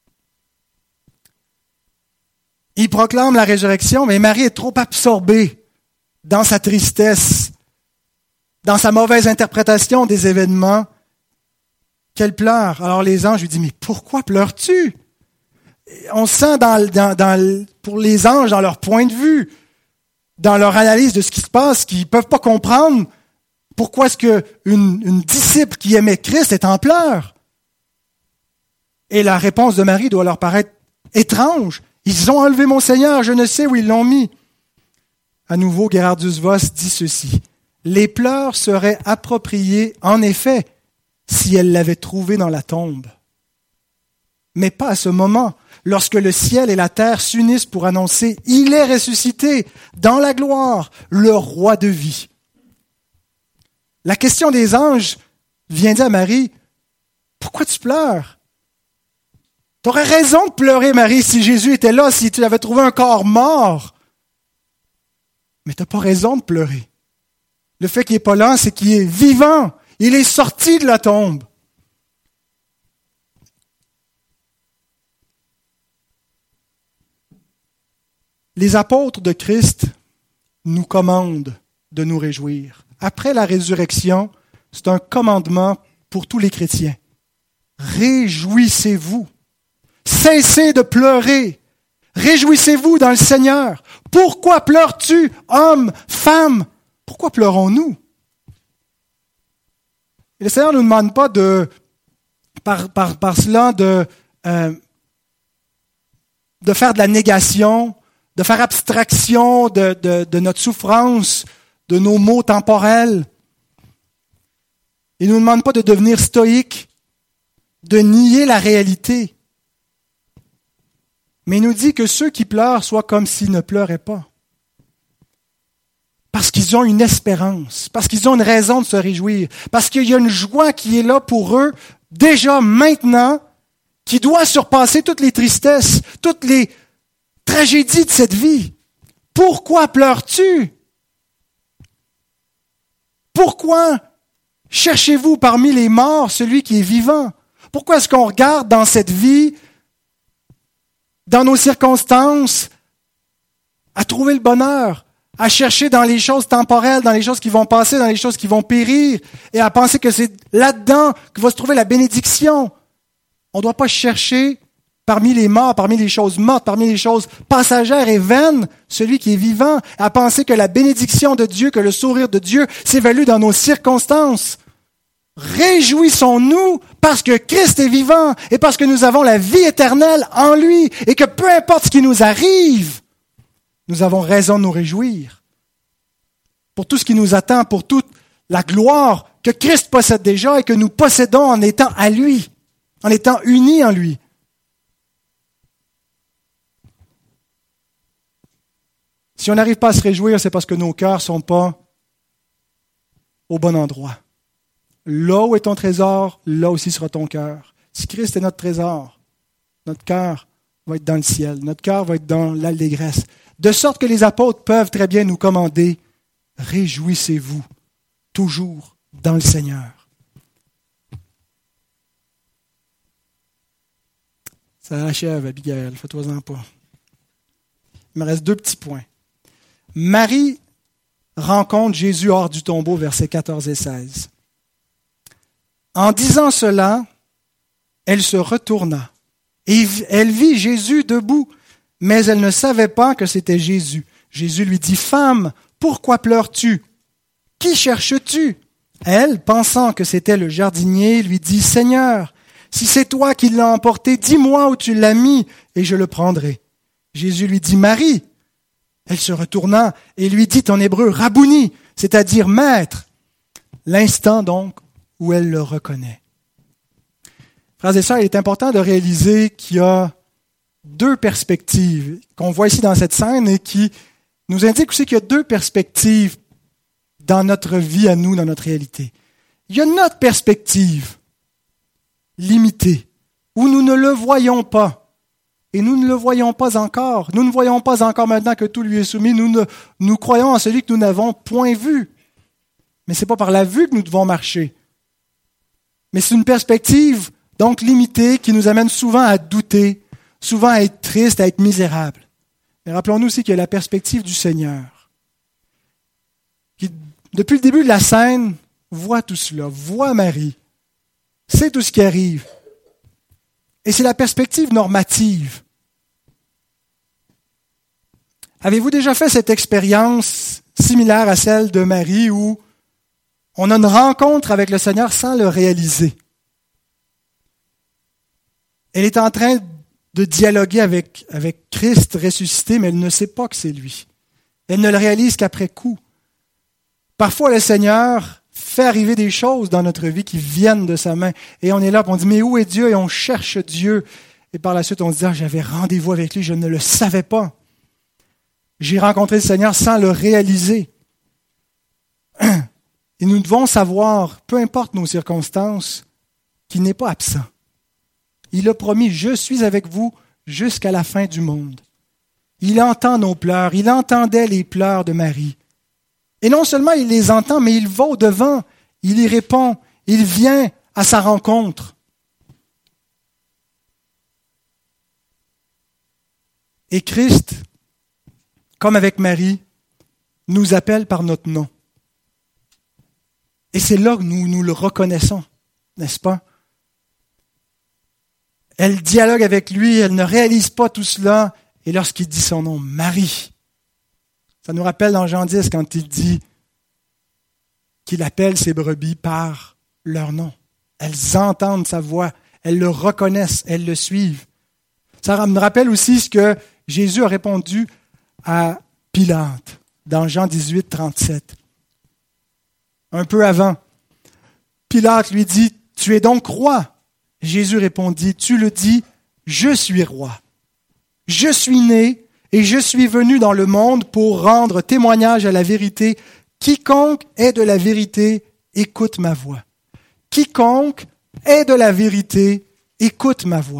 Il proclame la résurrection, mais Marie est trop absorbée dans sa tristesse, dans sa mauvaise interprétation des événements, qu'elle pleure. Alors les anges lui disent, mais pourquoi pleures-tu? On sent pour les anges, dans leur point de vue, dans leur analyse de ce qui se passe, qu'ils ne peuvent pas comprendre pourquoi est-ce qu'une disciple qui aimait Christ est en pleurs. Et la réponse de Marie doit leur paraître étrange. Ils ont enlevé mon Seigneur, je ne sais où ils l'ont mis. À nouveau, Gerhardus Voss dit ceci. Les pleurs seraient appropriés, en effet, si elle l'avait trouvé dans la tombe. Mais pas à ce moment, lorsque le ciel et la terre s'unissent pour annoncer « Il est ressuscité dans la gloire, le roi de vie ». La question des anges vient dire à Marie « Pourquoi tu pleures ?» Tu aurais raison de pleurer, Marie, si Jésus était là, si tu avais trouvé un corps mort. Mais tu n'as pas raison de pleurer. Le fait qu'il n'est pas là, c'est qu'il est vivant. Il est sorti de la tombe. Les apôtres de Christ nous commandent de nous réjouir. Après la résurrection, c'est un commandement pour tous les chrétiens. Réjouissez-vous. Cessez de pleurer. Réjouissez-vous dans le Seigneur. Pourquoi pleures-tu, homme, femme? Pourquoi pleurons-nous? Et le Seigneur ne nous demande pas par cela de faire de la négation, de faire abstraction de notre souffrance, de nos maux temporels. Il ne nous demande pas de devenir stoïque, de nier la réalité. Mais il nous dit que ceux qui pleurent soient comme s'ils ne pleuraient pas. Parce qu'ils ont une espérance, parce qu'ils ont une raison de se réjouir, parce qu'il y a une joie qui est là pour eux, déjà maintenant, qui doit surpasser toutes les tristesses, toutes les tragédies de cette vie. Pourquoi pleures-tu? Pourquoi cherchez-vous parmi les morts celui qui est vivant? Pourquoi est-ce qu'on regarde dans cette vie, dans nos circonstances, à trouver le bonheur, à chercher dans les choses temporelles, dans les choses qui vont passer, dans les choses qui vont périr, et à penser que c'est là-dedans que va se trouver la bénédiction? On ne doit pas chercher parmi les morts, parmi les choses mortes, parmi les choses passagères et vaines, celui qui est vivant, à penser que la bénédiction de Dieu, que le sourire de Dieu s'évalue dans nos circonstances. Réjouissons-nous parce que Christ est vivant et parce que nous avons la vie éternelle en lui et que peu importe ce qui nous arrive, nous avons raison de nous réjouir. Pour tout ce qui nous attend, pour toute la gloire que Christ possède déjà et que nous possédons en étant à lui, en étant unis en lui. Si on n'arrive pas à se réjouir, c'est parce que nos cœurs ne sont pas au bon endroit. Là où est ton trésor, là aussi sera ton cœur. Si Christ est notre trésor, notre cœur va être dans le ciel, notre cœur va être dans l'allégresse. De sorte que les apôtres peuvent très bien nous commander, réjouissez-vous toujours dans le Seigneur. Ça achève, Abigail, fais-toi-en pas. Il me reste 2 petits points. Marie rencontre Jésus hors du tombeau, versets 14 et 16. En disant cela, elle se retourna et elle vit Jésus debout, mais elle ne savait pas que c'était Jésus. Jésus lui dit, « Femme, pourquoi pleures-tu? Qui cherches-tu? » Elle, pensant que c'était le jardinier, lui dit, « Seigneur, si c'est toi qui l'as emporté, dis-moi où tu l'as mis et je le prendrai. » Jésus lui dit, « Marie. » Elle se retourna et lui dit en hébreu, « Rabouni », c'est-à-dire « Maître ». L'instant donc où elle le reconnaît. Frères et sœurs, il est important de réaliser qu'il y a deux perspectives qu'on voit ici dans cette scène et qui nous indiquent aussi qu'il y a deux perspectives dans notre vie à nous, dans notre réalité. Il y a notre perspective limitée, où nous ne le voyons pas. Et nous ne le voyons pas encore. Nous ne voyons pas encore maintenant que tout lui est soumis. Nous croyons en celui que nous n'avons point vu. Mais ce n'est pas par la vue que nous devons marcher. Mais c'est une perspective donc limitée qui nous amène souvent à douter, souvent à être triste, à être misérable. Mais rappelons-nous aussi qu'il y a la perspective du Seigneur, qui, depuis le début de la scène, voit tout cela, voit Marie, sait tout ce qui arrive. Et c'est la perspective normative. Avez-vous déjà fait cette expérience similaire à celle de Marie où on a une rencontre avec le Seigneur sans le réaliser? Elle est en train de dialoguer avec Christ ressuscité, mais elle ne sait pas que c'est lui. Elle ne le réalise qu'après coup. Parfois, le Seigneur fait arriver des choses dans notre vie qui viennent de sa main. Et on est là, et on dit, mais où est Dieu? Et on cherche Dieu. Et par la suite, on se dit, j'avais rendez-vous avec lui, je ne le savais pas. J'ai rencontré le Seigneur sans le réaliser. Et nous devons savoir, peu importe nos circonstances, qu'il n'est pas absent. Il a promis, je suis avec vous jusqu'à la fin du monde. Il entend nos pleurs, il entendait les pleurs de Marie. Et non seulement il les entend, mais il va au-devant, il y répond, il vient à sa rencontre. Et Christ, comme avec Marie, nous appelle par notre nom. Et c'est là que nous le reconnaissons, n'est-ce pas? Elle dialogue avec lui, elle ne réalise pas tout cela, et lorsqu'il dit son nom, Marie, ça nous rappelle dans Jean 10 quand il dit qu'il appelle ses brebis par leur nom. Elles entendent sa voix, elles le reconnaissent, elles le suivent. Ça me rappelle aussi ce que Jésus a répondu à Pilate dans Jean 18, 37. Un peu avant, Pilate lui dit, « Tu es donc roi ?» Jésus répondit, « Tu le dis, je suis roi. Je suis né et je suis venu dans le monde pour rendre témoignage à la vérité. Quiconque est de la vérité, écoute ma voix. Quiconque est de la vérité, écoute ma voix. »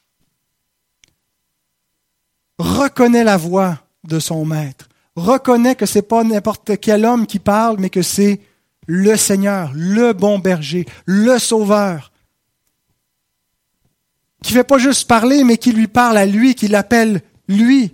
Reconnais la voix de son maître. Reconnais que ce n'est pas n'importe quel homme qui parle, mais que c'est le Seigneur, le bon berger, le Sauveur, qui ne fait pas juste parler, mais qui lui parle à lui, qui l'appelle lui.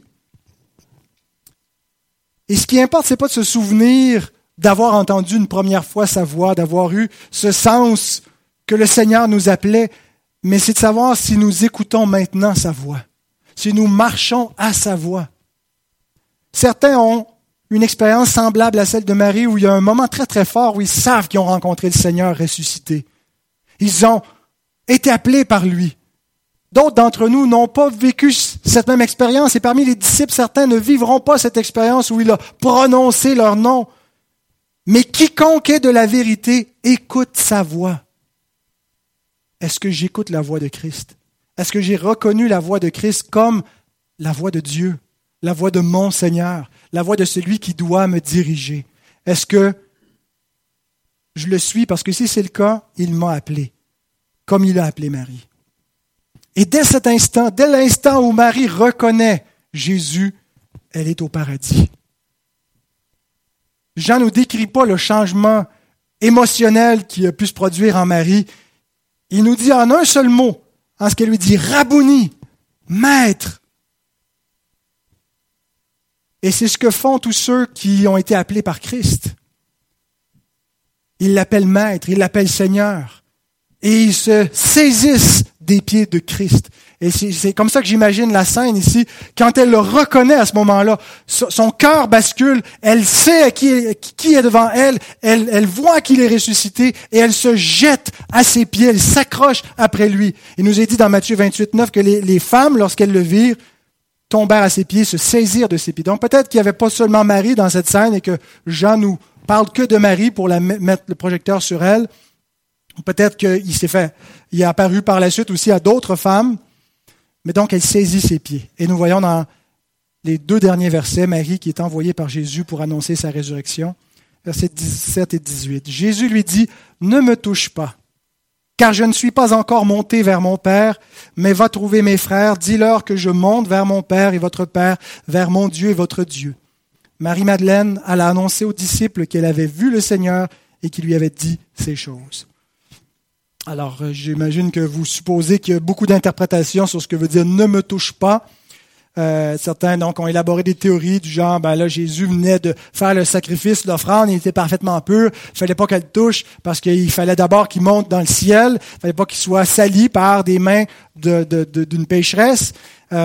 Et ce qui importe, ce n'est pas de se souvenir d'avoir entendu une première fois sa voix, d'avoir eu ce sens que le Seigneur nous appelait, mais c'est de savoir si nous écoutons maintenant sa voix, si nous marchons à sa voix. Certains ont une expérience semblable à celle de Marie, où il y a un moment très très fort où ils savent qu'ils ont rencontré le Seigneur ressuscité. Ils ont été appelés par lui. D'autres d'entre nous n'ont pas vécu cette même expérience, et parmi les disciples, certains ne vivront pas cette expérience où il a prononcé leur nom. Mais quiconque est de la vérité, écoute sa voix. Est-ce que j'écoute la voix de Christ? Est-ce que j'ai reconnu la voix de Christ comme la voix de Dieu, la voix de mon Seigneur, la voix de celui qui doit me diriger? Est-ce que je le suis? Parce que si c'est le cas, il m'a appelé, comme il a appelé Marie. Et dès cet instant, dès l'instant où Marie reconnaît Jésus, elle est au paradis. Jean ne nous décrit pas le changement émotionnel qui a pu se produire en Marie. Il nous dit en un seul mot, en ce qu'elle lui dit, Rabouni, maître. Et c'est ce que font tous ceux qui ont été appelés par Christ. Ils l'appellent maître, ils l'appellent Seigneur. Et ils se saisissent des pieds de Christ. Et c'est comme ça que j'imagine la scène ici. Quand elle le reconnaît à ce moment-là, son cœur bascule, elle sait qui est devant elle, elle voit qu'il est ressuscité et elle se jette à ses pieds, elle s'accroche après lui. Il nous est dit dans Matthieu 28, 9 que les femmes, lorsqu'elles le virent, tombèrent à ses pieds, se saisirent de ses pieds. Donc peut-être qu'il n'y avait pas seulement Marie dans cette scène et que Jean nous parle que de Marie pour mettre le projecteur sur elle. Peut-être qu'il est apparu par la suite aussi à d'autres femmes. Mais donc, elle saisit ses pieds. Et nous voyons dans les 2 derniers versets, Marie qui est envoyée par Jésus pour annoncer sa résurrection, versets 17 et 18. Jésus lui dit, « Ne me touche pas, car je ne suis pas encore monté vers mon Père, mais va trouver mes frères, dis-leur que je monte vers mon Père et votre Père, vers mon Dieu et votre Dieu. » Marie-Madeleine alla annoncer aux disciples qu'elle avait vu le Seigneur et qu'il lui avait dit ces choses. Alors, j'imagine que vous supposez qu'il y a beaucoup d'interprétations sur ce que veut dire « ne me touche pas ». Certains donc ont élaboré des théories du genre, là Jésus venait de faire le sacrifice, l'offrande, il était parfaitement pur, il fallait pas qu'elle touche parce qu'il fallait d'abord qu'il monte dans le ciel, il fallait pas qu'il soit sali par des mains d'une pécheresse.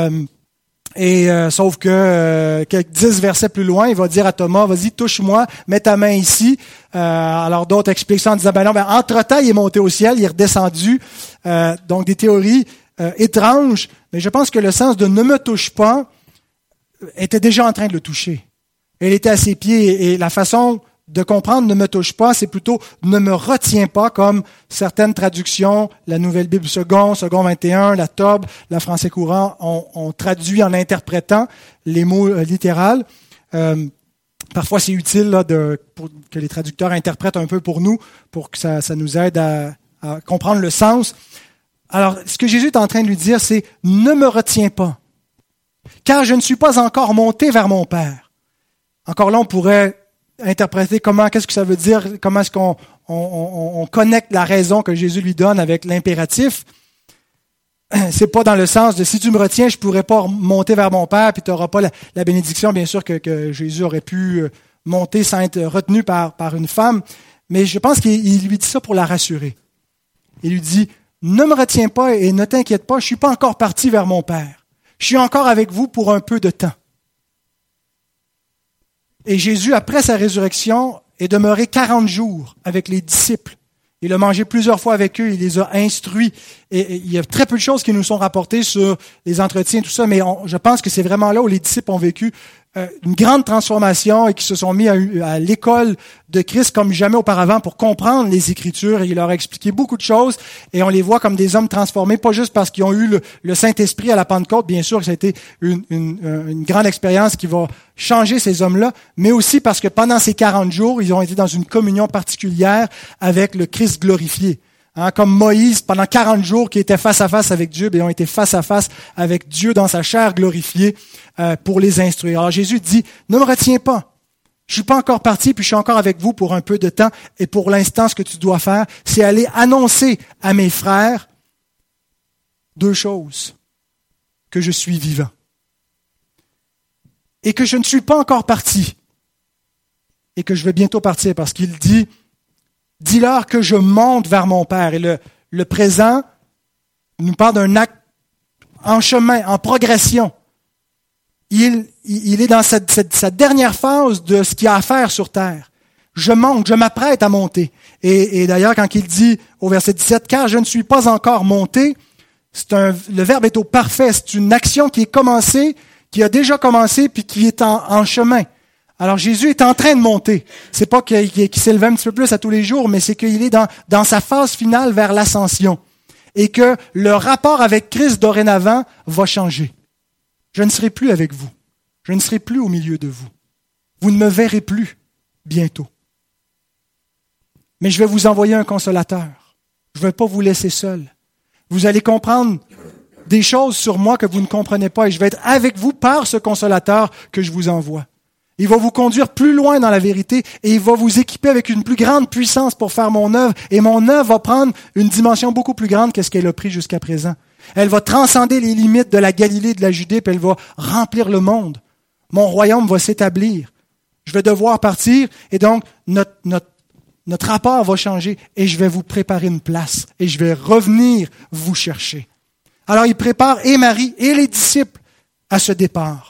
Sauf que quelques 10 versets plus loin, il va dire à Thomas, vas-y, touche-moi, mets ta main ici. Alors d'autres expliquent ça en disant, entre-temps, il est monté au ciel, il est redescendu. Donc des théories étranges, mais je pense que le sens de ne me touche pas était déjà en train de le toucher. Elle était à ses pieds et la façon de comprendre ne me touche pas, c'est plutôt ne me retiens pas, comme certaines traductions, la Nouvelle Bible second 21, la Tob, la Français courant, ont traduit en interprétant les mots littéraux. Parfois, c'est utile pour que les traducteurs interprètent un peu pour nous, pour que ça nous aide à comprendre le sens. Alors, ce que Jésus est en train de lui dire, c'est « Ne me retiens pas, car je ne suis pas encore monté vers mon Père. » Encore là, on pourrait interpréter qu'est-ce que ça veut dire, comment est-ce qu'on connecte la raison que Jésus lui donne avec l'impératif. C'est pas dans le sens de si tu me retiens, je pourrais pas monter vers mon Père, puis tu n'auras pas la bénédiction, bien sûr, que Jésus aurait pu monter sans être retenu par une femme. Mais je pense qu'il lui dit ça pour la rassurer. Il lui dit, ne me retiens pas et ne t'inquiète pas, je suis pas encore parti vers mon Père. Je suis encore avec vous pour un peu de temps. Et Jésus, après sa résurrection, est demeuré 40 jours avec les disciples. Il a mangé plusieurs fois avec eux, il les a instruits. Et il y a très peu de choses qui nous sont rapportées sur les entretiens, tout ça, mais je pense que c'est vraiment là où les disciples ont vécu une grande transformation et qui se sont mis à l'école de Christ comme jamais auparavant pour comprendre les Écritures. Et il leur a expliqué beaucoup de choses et on les voit comme des hommes transformés, pas juste parce qu'ils ont eu le Saint-Esprit à la Pentecôte, bien sûr que ça a été une grande expérience qui va changer ces hommes-là, mais aussi parce que pendant ces 40 jours, ils ont été dans une communion particulière avec le Christ glorifié. Comme Moïse, pendant 40 jours, qui était face à face avec Dieu, ils ont été face à face avec Dieu dans sa chair glorifiée pour les instruire. Alors Jésus dit, ne me retiens pas. Je suis pas encore parti, puis je suis encore avec vous pour un peu de temps. Et pour l'instant, ce que tu dois faire, c'est aller annoncer à mes frères 2 choses. Que je suis vivant. Et que je ne suis pas encore parti. Et que je vais bientôt partir, parce qu'il dit, dis-leur que je monte vers mon Père. Et le présent nous parle d'un acte en chemin, en progression. Il est dans sa dernière phase de ce qu'il y a à faire sur terre. Je monte, je m'apprête à monter. Et d'ailleurs, quand il dit au verset 17, « Car je ne suis pas encore monté », le verbe est au parfait. C'est une action qui est commencée, qui a déjà commencé, puis qui est en chemin. Alors Jésus est en train de monter. C'est pas qu'il s'élève un petit peu plus à tous les jours, mais c'est qu'il est dans sa phase finale vers l'ascension. Et que le rapport avec Christ dorénavant va changer. Je ne serai plus avec vous. Je ne serai plus au milieu de vous. Vous ne me verrez plus bientôt. Mais je vais vous envoyer un consolateur. Je ne vais pas vous laisser seul. Vous allez comprendre des choses sur moi que vous ne comprenez pas et je vais être avec vous par ce consolateur que je vous envoie. Il va vous conduire plus loin dans la vérité et il va vous équiper avec une plus grande puissance pour faire mon œuvre. Et mon œuvre va prendre une dimension beaucoup plus grande que ce qu'elle a pris jusqu'à présent. Elle va transcender les limites de la Galilée et de la Judée, puis elle va remplir le monde. Mon royaume va s'établir. Je vais devoir partir et donc notre rapport va changer et je vais vous préparer une place et je vais revenir vous chercher. Alors il prépare et Marie et les disciples à ce départ.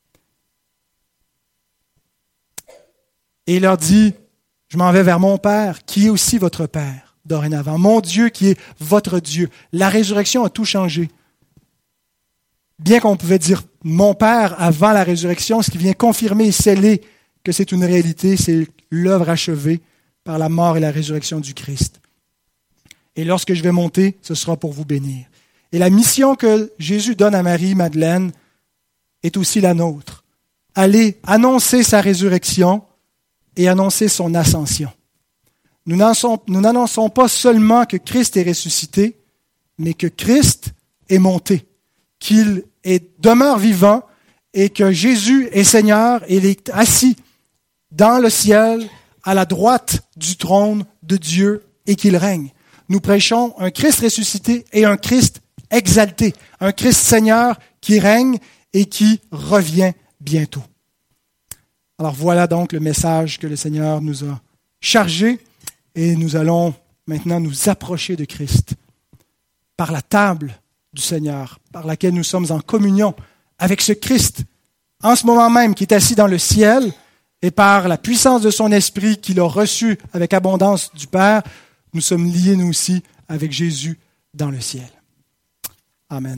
Et il leur dit, je m'en vais vers mon Père, qui est aussi votre Père, dorénavant. Mon Dieu qui est votre Dieu. La résurrection a tout changé. Bien qu'on pouvait dire mon Père avant la résurrection, ce qui vient confirmer et sceller que c'est une réalité, c'est l'œuvre achevée par la mort et la résurrection du Christ. Et lorsque je vais monter, ce sera pour vous bénir. Et la mission que Jésus donne à Marie-Madeleine est aussi la nôtre. Aller annoncer sa résurrection et annoncer son ascension. Nous n'annonçons pas seulement que Christ est ressuscité, mais que Christ est monté, qu'il demeure vivant et que Jésus est Seigneur et il est assis dans le ciel à la droite du trône de Dieu et qu'il règne. Nous prêchons un Christ ressuscité et un Christ exalté, un Christ Seigneur qui règne et qui revient bientôt. Alors voilà donc le message que le Seigneur nous a chargé et nous allons maintenant nous approcher de Christ par la table du Seigneur, par laquelle nous sommes en communion avec ce Christ, en ce moment même, qui est assis dans le ciel, et par la puissance de son esprit qu'il a reçu avec abondance du Père, nous sommes liés nous aussi avec Jésus dans le ciel. Amen.